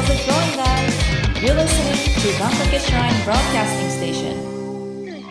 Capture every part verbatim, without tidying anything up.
How's it going, guys? You're listening to Gankake Shrine Broadcasting Station.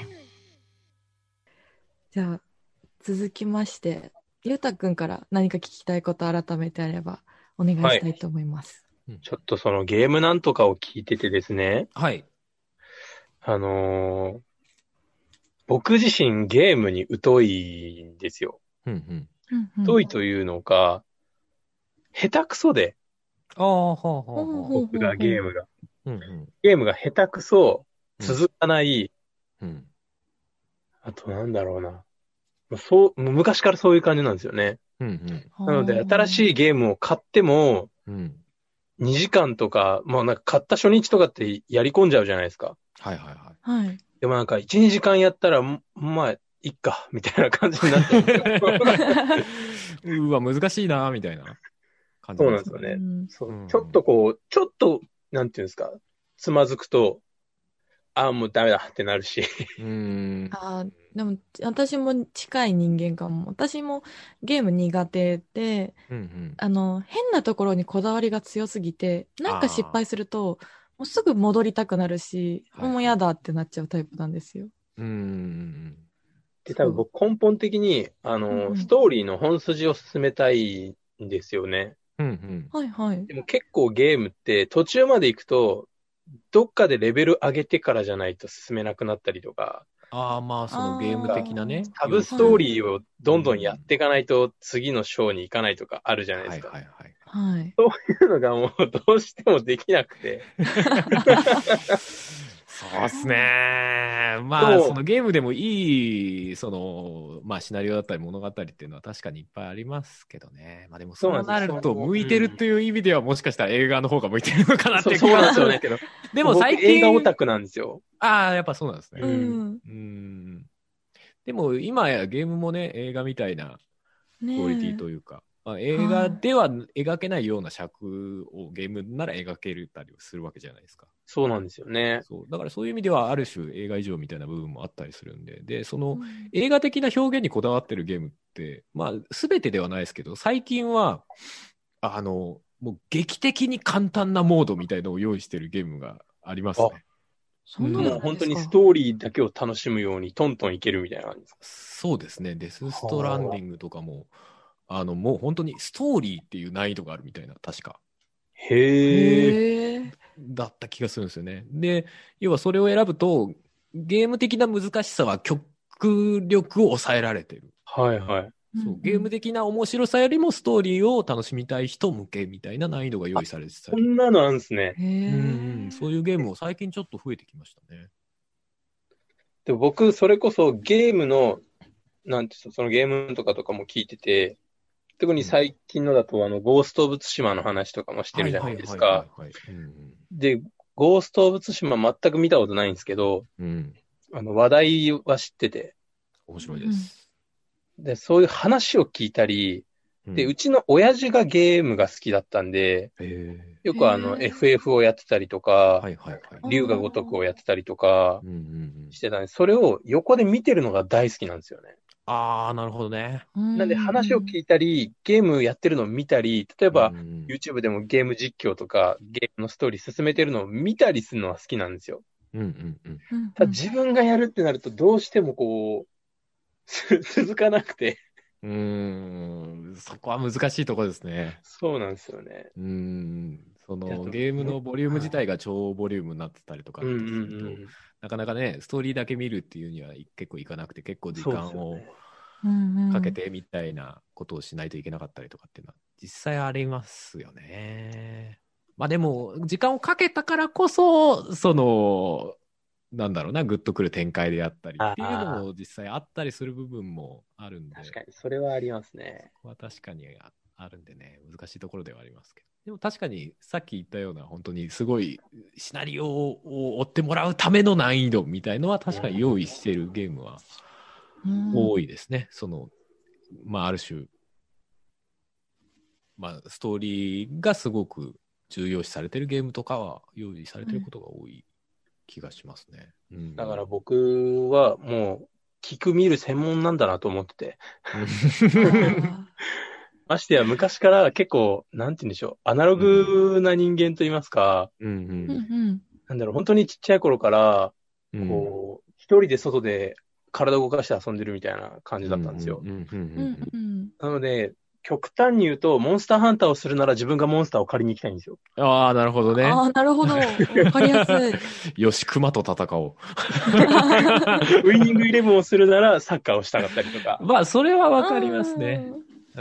じゃあ続きまして、ゆうたくんから何か聞きたいこと改めてあればお願いしたいと思います。 はい、ちょっとそのゲームなんとかを聞いててですね。 はい。 あのー、僕自身ゲームに疎いんですよ。 うんうん、 疎いというのか、下手くそで。 ああ、はあ、はあ、 僕がゲームが。 うんうん、 ゲームが下手くそ、続かない、 うんうん、 あとなんだろうな。そう、昔からそういう感じなんですよね。 うんうん、 なので、新しいゲームを買っても、 うん、 にじかんとか、まあなんか買った初日とかってやり込んじゃうじゃないですか。 はいはいはい。 はい。 でもなんかいち、にじかんやったら、まあ、いっか、みたいな感じになってる。 うわ、難しいな、みたいな感じ、 そうなんですよね、 うんそう。ちょっとこう、ちょっと、なんていうんですか、つまずくと、ああ、もうダメだってなるし。 うーん。 あでも、私も近い人間かも。私もゲーム苦手で、 うんうん、 あの、変なところにこだわりが強すぎて、なんか失敗すると、もうすぐ戻りたくなるし、もう嫌だってなっちゃうタイプなんですよ。 うーん。 で、多分僕根本的に、あの、うんうん、ストーリーの本筋を進めたいんですよね。 うんうん。 はいはい。 でも結構ゲームって途中まで行くと、どっかでレベル上げてからじゃないと進めなくなったりとか。 ああ、まあ、そのゲーム的なね。 サブストーリーをどんどんやっていかないと次の章に行かないとかあるじゃないですか。 はいはいはい。 そういうのがもうどうしてもできなくて。 そうっすね。まあ、そのゲームでもいい、その、まあ、シナリオだったり物語っていうのは確かにいっぱいありますけどね。まあでもそうなると、向いてるという意味ではもしかしたら映画の方が向いてるのかなっていう気がするんですけど。でも最近。 映画オタクなんですよ。 ああ、やっぱそうなんですね。 うん。 うん。でも今やゲームもね、映画みたいなクオリティというか。まあ、映画では描けないような尺をゲームなら描けたりするわけじゃないですか。 そうなんですよね。 そうだからそういう意味ではある種映画以上みたいな部分もあったりするんで、でその映画的な表現にこだわってるゲームって、まあ全てではないですけど、最近はあのもう劇的に簡単なモードみたいのを用意してるゲームがありますね。 そんなのもう本当にストーリーだけを楽しむようにトントンいけるみたいな感じですか。 そうですね。デスストランディングとかも。あのもう本当にストーリーっていう難易度があるみたいな、確か。 へー。 だった気がするんですよね。で、要はそれを選ぶと、ゲーム的な難しさは極力抑えられてる。 はいはい。 そうゲーム的な面白さよりもストーリーを楽しみたい人向けみたいな難易度が用意されてたり。 こんなのあるんですね。 うんうん。そういうゲームも最近ちょっと増えてきましたね。 で僕、それこそゲームの、なんていうの、そのゲームとかとかも聞いてて、特に最近のだと、あの、ゴースト・オブ・ツシマの話とかもしてるじゃないですか。で、ゴースト・オブ・ツシマ全く見たことないんですけど、 うん、 あの、話題は知ってて。 面白いです。 で、そういう話を聞いたり、で、うちの親父がゲームが好きだったんで、よくあの、エフエフ をやってたりとか、龍が如くをやってたりとか、してたんで、それを横で見てるのが大好きなんですよね。 ああ、なるほどね。 なんで話を聞いたり、ゲームやってるのを見たり、例えば YouTube でもゲーム実況とかゲームのストーリー進めてるのを見たりするのは好きなんですよ。 うんうんうん、 ただ自分がやるってなるとどうしてもこう、続かなくて。 うーん、そこは難しいところですね。 そうなんですよね。 うーん、そのゲームのボリューム自体が超ボリュームになってたりとかってすると、なかなかね、ストーリーだけ見るっていうには結構いかなくて、結構時間をかけてみたいなことをしないといけなかったりとかっていうのは実際ありますよね。まあでも、時間をかけたからこそ、その、なんだろうな、グッとくる展開であったりっていうのも実際あったりする部分もあるんで。 確かに、それはありますね。 そこは確かにあるんでね、難しいところではありますけど。でも確かにさっき言ったような本当にすごいシナリオを追ってもらうための難易度みたいのは確かに用意しているゲームは多いですね。うん、その、まあある種、まあストーリーがすごく重要視されているゲームとかは用意されていることが多い気がしますね。うん、 だから僕はもう聞く見る専門なんだなと思ってて。 ましてや昔から結構、なんて言うんでしょう、アナログな人間と言いますか、 うんうんうんなんだろう、本当にちっちゃい頃から、 うん、 こう、一人で外で体を動かして遊んでるみたいな感じだったんですよ。 うんうんうんうんうんうんなので、極端に言うと、モンスターハンターをするなら自分がモンスターを借りに行きたいんですよ。 ああ、なるほどね。 ああ、なるほど。わかりやすい。 よし、熊と戦おう。 ウイニングイレブンをするならサッカーをしたかったりとか。 まあ、それはわかりますね。うん。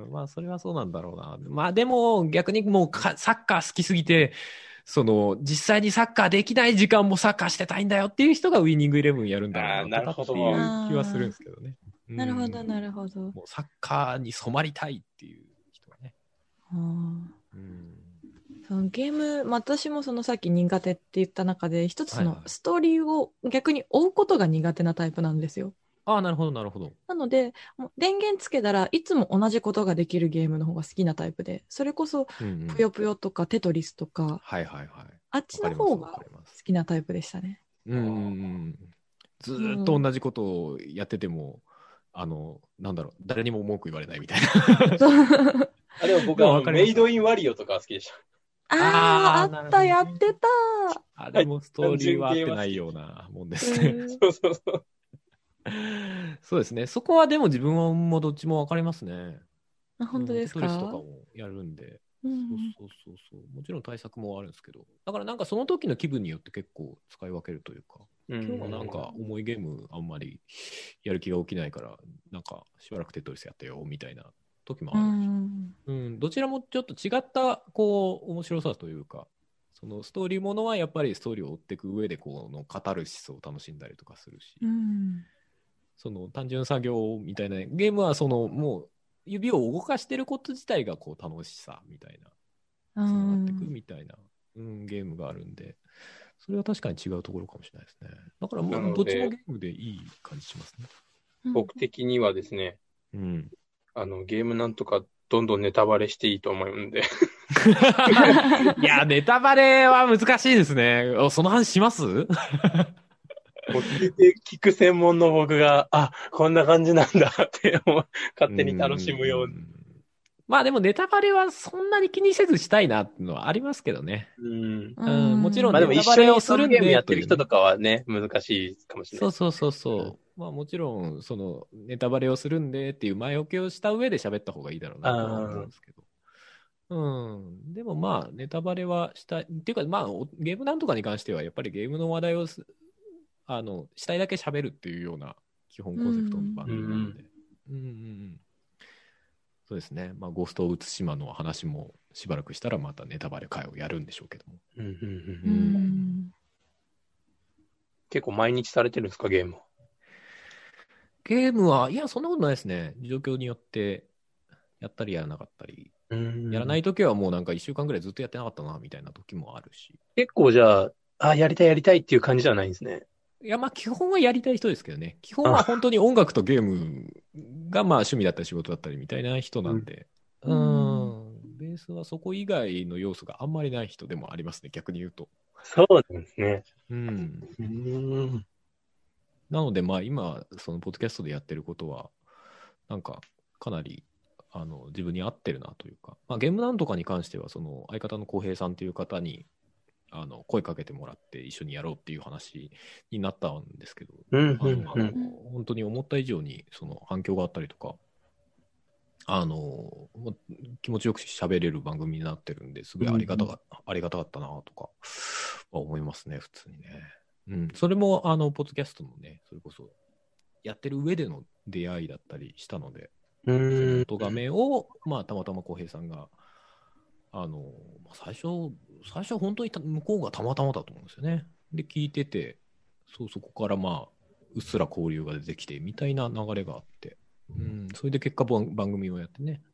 まあ、それはそうなんだろうな。まあ、でも、逆にもうか、サッカー好きすぎて、その、実際にサッカーできない時間もサッカーしてたいんだよっていう人がウイニングイレブンやるんだろうなとかっていう気はするんですけどね。 なるほど、なるほど。 もうサッカーに染まりたいっていう人がね。 うんうんそのゲーム、私もそのさっき苦手って言った中で、一つはいはいのストーリーを逆に追うことが苦手なタイプなんですよ。 ああ、なるほど、なるほど。 なので、もう電源つけたらいつも同じことができるゲームの方が好きなタイプで、それこそうんうんぷよぷよとかテトリスとか、 はいはいはい。 あっちの方が好わかりますきなタイプでしたね。 うんうんうん。ずーっと同じことをやってても、あの、なんだろう、誰にも文句言われないみたいな。 そうあ、でも僕はメイドインワリオとか好きでした。 ああ、あった、 あーなるほどねやってた。 あれもストーリーは合ってないようなもんですね。 うんそうそうそう。 そうですね。そこはでも自分はもうどっちもわかりますね。 あ本当ですか、 うんテトリスとかもやるんで。 うんそうそうそうそう。もちろん対策もあるんですけど。だからなんかその時の気分によって結構使い分けるというか。 今今日はなんか重いゲームあんまりやる気が起きないから、なんかしばらくテトリスやってよみたいな時もあうるし。 んうん、どちらもちょっと違ったこう面白さというか、そのストーリーものはやっぱりストーリーを追っていく上でこのカタルシスを楽しんだりとかするし、 うんその単純作業みたいなゲームはそのもう指を動かしてること自体がこう楽しさみたいなつながっていくみたいな、うん、ゲームがあるんで、それは確かに違うところかもしれないですね。だからもなのでうどっちもゲームでいい感じしますね。 僕的にはですね、 うん。 あの、ゲームなんとかどんどんネタバレしていいと思うんで。 いや、ネタバレは難しいですね。おその話しますもう聞いて聞く専門の僕が、あ、こんな感じなんだって思う勝手に楽しむように。 んまあでもネタバレはそんなに気にせずしたいなっていうのはありますけどね。 うん。 うんもちろんまあでも一緒にそのゲームやってる人ととかはね、難しいかもしれない。 そうそうそうそう。まあもちろん、そのネタバレをするんでっていう前置きをした上で喋った方がいいだろうなとは思うんですけど。うん。でもまあネタバレはしたい。っていうかまあおゲームなんとかに関してはやっぱりゲームの話題をすあのしたいだけ喋るっていうような基本コンセプトの番組なので。うんうんうんそうですね。まあ、ゴースト・オブ・ツシマの話もしばらくしたらまたネタバレ会をやるんでしょうけども。 うんうんうんうん結構毎日されてるんですか、ゲームは。 ゲームは、いや、そんなことないですね。状況によってやったりやらなかったり。 うんやらないときはもうなんかいっしゅうかんぐらいずっとやってなかったな、みたいな時もあるし。 結構じゃあ、あ、やりたいやりたいっていう感じじゃないんですね。 いや、まあ基本はやりたい人ですけどね。基本は本当に音楽とゲームがまあ趣味だったり仕事だったりみたいな人なんで。ううんん。ベースはそこ以外の要素があんまりない人でもありますね、逆に言うと。 そうなんですね。 うん。 うん。 なのでまあ今、そのポッドキャストでやってることは、なんかかなりあの自分に合ってるなというか、まあ、ゲームなんとかに関しては、その相方の浩平さんという方に、あの声かけてもらって一緒にやろうっていう話になったんですけど、 うんあのうんうん。 本当に思った以上にその反響があったりとか、あのもう気持ちよく喋れる番組になってるんですごいありがたか、うん、ありがたかったなとかは思いますね、普通にね。うん、それもあのポッドキャストのね、それこそやってる上での出会いだったりしたので、 うーん。 音画面を、まあ、たまたま浩平さんがあの最初、最初本当に向こうがたまたまだと思うんですよね。で、聞いてて、そうそこからまあ、うっすら交流が出てきてみたいな流れがあって、うん、それで結果番組をやってね、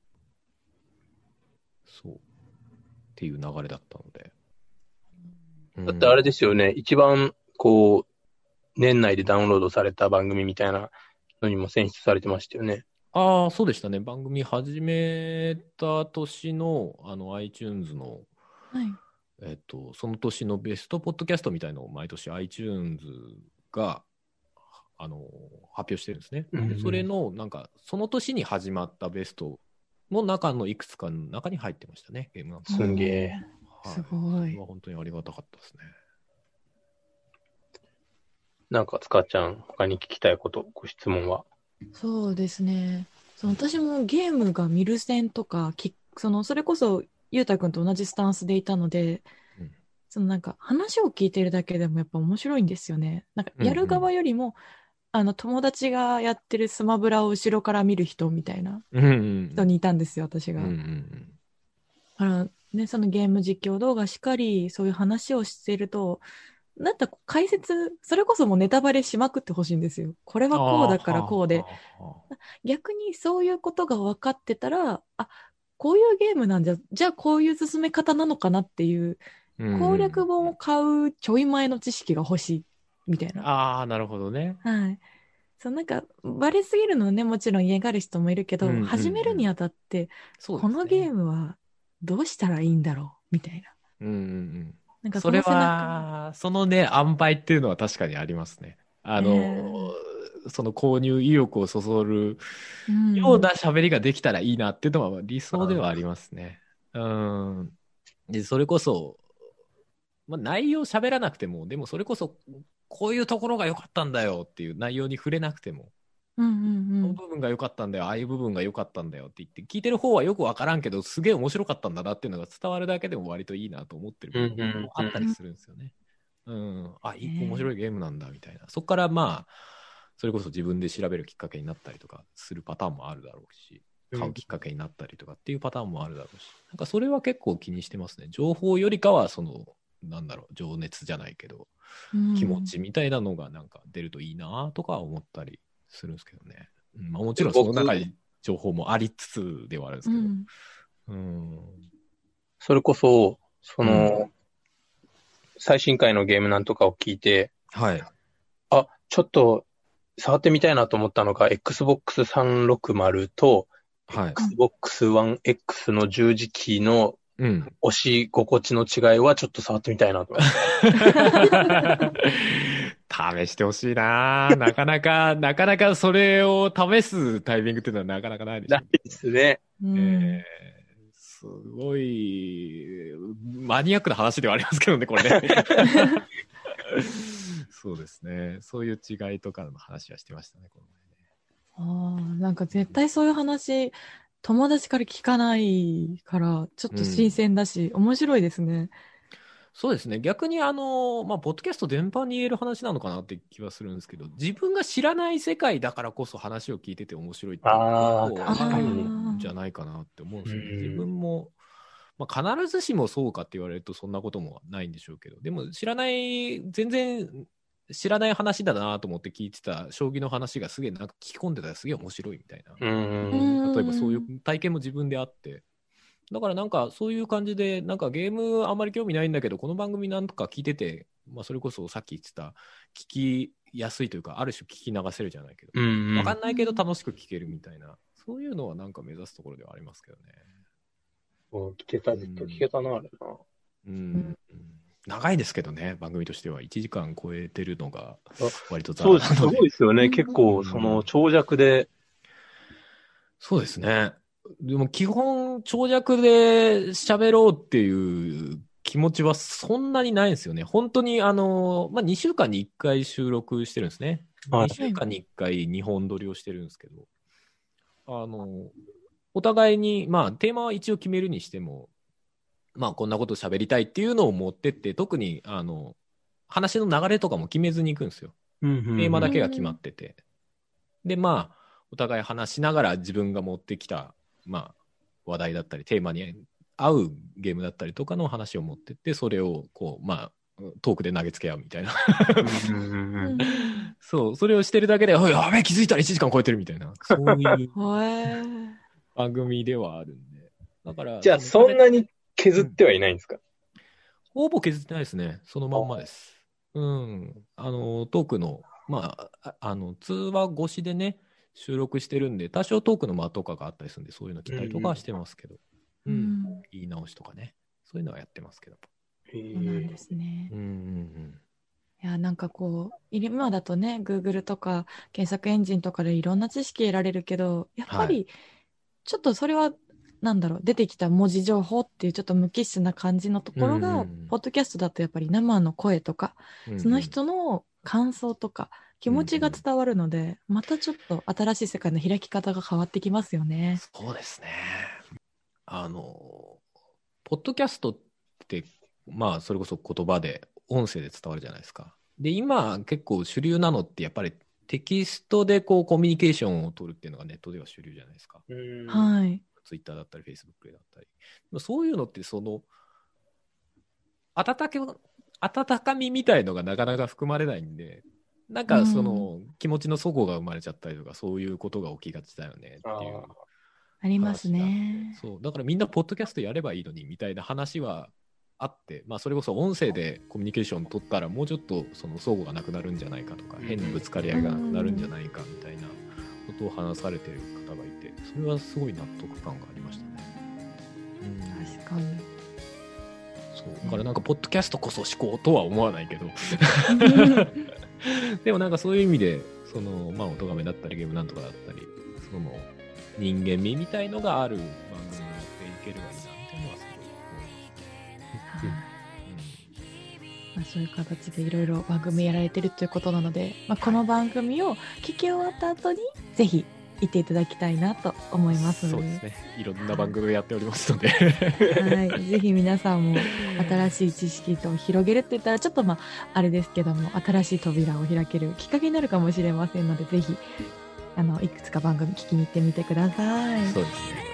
そう、っていう流れだったので。 だってあれですよね、一番こう、年内でダウンロードされた番組みたいなのにも選出されてましたよね。 ああ、そうでしたね。番組始めた年のあの iTunes の、 はいえっと、その年のベストポッドキャストみたいのを毎年 iTunes があの発表してるんですね。 うんうんでそれのなんかその年に始まったベストの中のいくつかの中に入ってましたね、ゲームなんですすんげえ。 はい、すごい。 本当にありがたかったですね。 なんか、つかちゃん、他に聞きたいこと、ご質問は？ そうですね。その私もゲームが見る線とか、そのそれこそゆうたくんと同じスタンスでいたので、うん、そのなんか話を聞いてるだけでもやっぱ面白いんですよね。なんかやる側よりも、うんうん、あの友達がやってるスマブラを後ろから見る人みたいな人にいたんですよ、私が。うんうんうん、だからね、そのゲーム実況動画しかり、そういう話をしてると、なんか解説、それこそもうネタバレしまくってほしいんですよ。これはこうだからこうで。逆にそういうことが分かってたら、あ、こういうゲームなんじゃ、じゃあこういう進め方なのかなっていう、攻略本を買うちょい前の知識が欲しい、みたいな。 ああ、なるほどね。 はい。そうなんか、バレすぎるのはね、もちろん嫌がる人もいるけど、うんうんうん、始めるにあたって、このゲームはどうしたらいいんだろう、みたいな。 うんうんうんなんかそれは、そのね、塩梅っていうのは確かにありますね。あの、えー、その購入意欲をそそるような喋りができたらいいなっていうのは理想ではありますね。うん。うんで、それこそ、まあ、内容喋らなくても、でもそれこそ、こういうところが良かったんだよっていう内容に触れなくても、 うんうんうん、 この部分が良かったんだよ、ああいう部分が良かったんだよって言って、聞いてる方はよくわからんけど、すげえ面白かったんだなっていうのが伝わるだけでも割といいなと思ってる部分もあったりするんですよね。うん、うんうん、あ、いい、面白いゲームなんだみたいな。そこからまあ、それこそ自分で調べるきっかけになったりとかするパターンもあるだろうし、買うきっかけになったりとかっていうパターンもあるだろうし、なんかそれは結構気にしてますね。情報よりかは、その、なんだろう、情熱じゃないけど、気持ちみたいなのがなんか出るといいなとか思ったりするんですけどね。うんまあ、もちろんその中に情報もありつつではあるんですけど。うんうん、 それこそ、その、うん、最新回のゲームなんとかを聞いて、 はい。 あ、ちょっと触ってみたいなと思ったのが、エックスボックスさんびゃくろくじゅう と、はい、エックスボックスワンエックス の十字キーの押し心地の違いはちょっと触ってみたいなと思って。 試してほしいななかなか、なかなかそれを試すタイミングっていうのはなかなかないでしょ。 ないですね。 えー、すごい、マニアックな話ではありますけどね、これね。そうですね。そういう違いとかの話はしてましたね、この前ね。ああ、なんか絶対そういう話、友達から聞かないから、ちょっと新鮮だし、うん、面白いですね。 そうですね。逆にあの、まあ、ポッドキャスト全般に言える話なのかなって気はするんですけど、自分が知らない世界だからこそ話を聞いてて面白いっていうことあるんじゃないかなって思うんですよね。自分も、まあ、必ずしもそうかって言われるとそんなこともないんでしょうけど、でも知らない、全然知らない話だなと思って聞いてた将棋の話がすげえなんか聞き込んでたらすげえ面白いみたいな。例えばそういう体験も自分であって、だからなんかそういう感じでなんかゲームあんまり興味ないんだけどこの番組なんとか聞いてて、まあ、それこそさっき言ってた聞きやすいというかある種聞き流せるじゃないけど、うんうん、分かんないけど楽しく聞けるみたいなそういうのはなんか目指すところではありますけどね。 うん聞けたずっと聞けたな、うん、あれな、 うん、長いですけどね番組としてはいちじかん超えてるのが割とそうですすごいですよね、結構その長尺で、 そうですね。でも基本長尺で喋ろうっていう気持ちはそんなにないんですよね。本当にあの、まあ、にしゅうかんにいっかい収録してるんですね。はい、にしゅうかんにいっかいにほん撮りをしてるんですけど、あの、お互いに、まあテーマは一応決めるにしても、まあこんなこと喋りたいっていうのを持ってって、特にあの、話の流れとかも決めずに行くんですよ。うんうんうん、テーマだけが決まってて。で、まあ、お互い話しながら自分が持ってきたまあ、話題だったりテーマに合うゲームだったりとかの話を持ってってそれをこうまあトークで投げつけ合うみたいなそうそれをしてるだけでおいやべえ気づいたらいちじかん超えてるみたいなそういう番組ではあるんでだからじゃあそんなに削ってはいないんですか、うん、 ほぼ削ってないですねそのまんまですうんあのトークのまああの通話越しでね収録してるんで多少トークの間とかがあったりするんでそういうの来たりとかはしてますけど、うんうん、言い直しとかねそういうのはやってますけどそうなんですね、 うんうんうん、 いやなんかこう今だとね Google とか検索エンジンとかでいろんな知識得られるけどやっぱりちょっとそれはなんだろう、出てきた文字情報っていうちょっと無機質な感じのところが、うんうん、ポッドキャストだとやっぱり生の声とか、うんうん、その人の感想とか気持ちが伝わるので、うんうん、またちょっと新しい世界の開き方が変わってきますよね。 そうですね。あのポッドキャストってまあそれこそ言葉で音声で伝わるじゃないですか。で今結構主流なのってやっぱりテキストでこうコミュニケーションを取るっていうのがネットでは主流じゃないですか。 はい。 ツイッターだったりフェイスブックだったり、そういうのってその温か温かみみたいのがなかなか含まれないんで、なんかその気持ちの齟齬が生まれちゃったりとか、そういうことが起きがちだよねっていう。 ありますね。 そうだからみんなポッドキャストやればいいのにみたいな話はあって、まあ、それこそ音声でコミュニケーション取ったらもうちょっとその相互がなくなるんじゃないかとか、変にぶつかり合いがなくなるんじゃないかみたいなことを話されてる方がいて、それはすごい納得感がありましたね。 うん、確かに。 そうだからなんかポッドキャストこそ思考とは思わないけどでもなんかそういう意味でその、まあ、音がめだったりゲームなんとかだったり、その人間味みたいのがある番組をやっていければいいなみたいなのはすごい思います。 まあ、そういう形でいろいろ番組やられてるということなので、まあ、この番組を聞き終わった後にぜひ行っていただきたいなと思います。 そうですね。いろんな番組をやっておりますので、 はい、ぜひ皆さんも新しい知識と広げるって言ったらちょっとまああれですけども、新しい扉を開けるきっかけになるかもしれませんので、ぜひあのいくつか番組聞きに行ってみてください。 そうですね。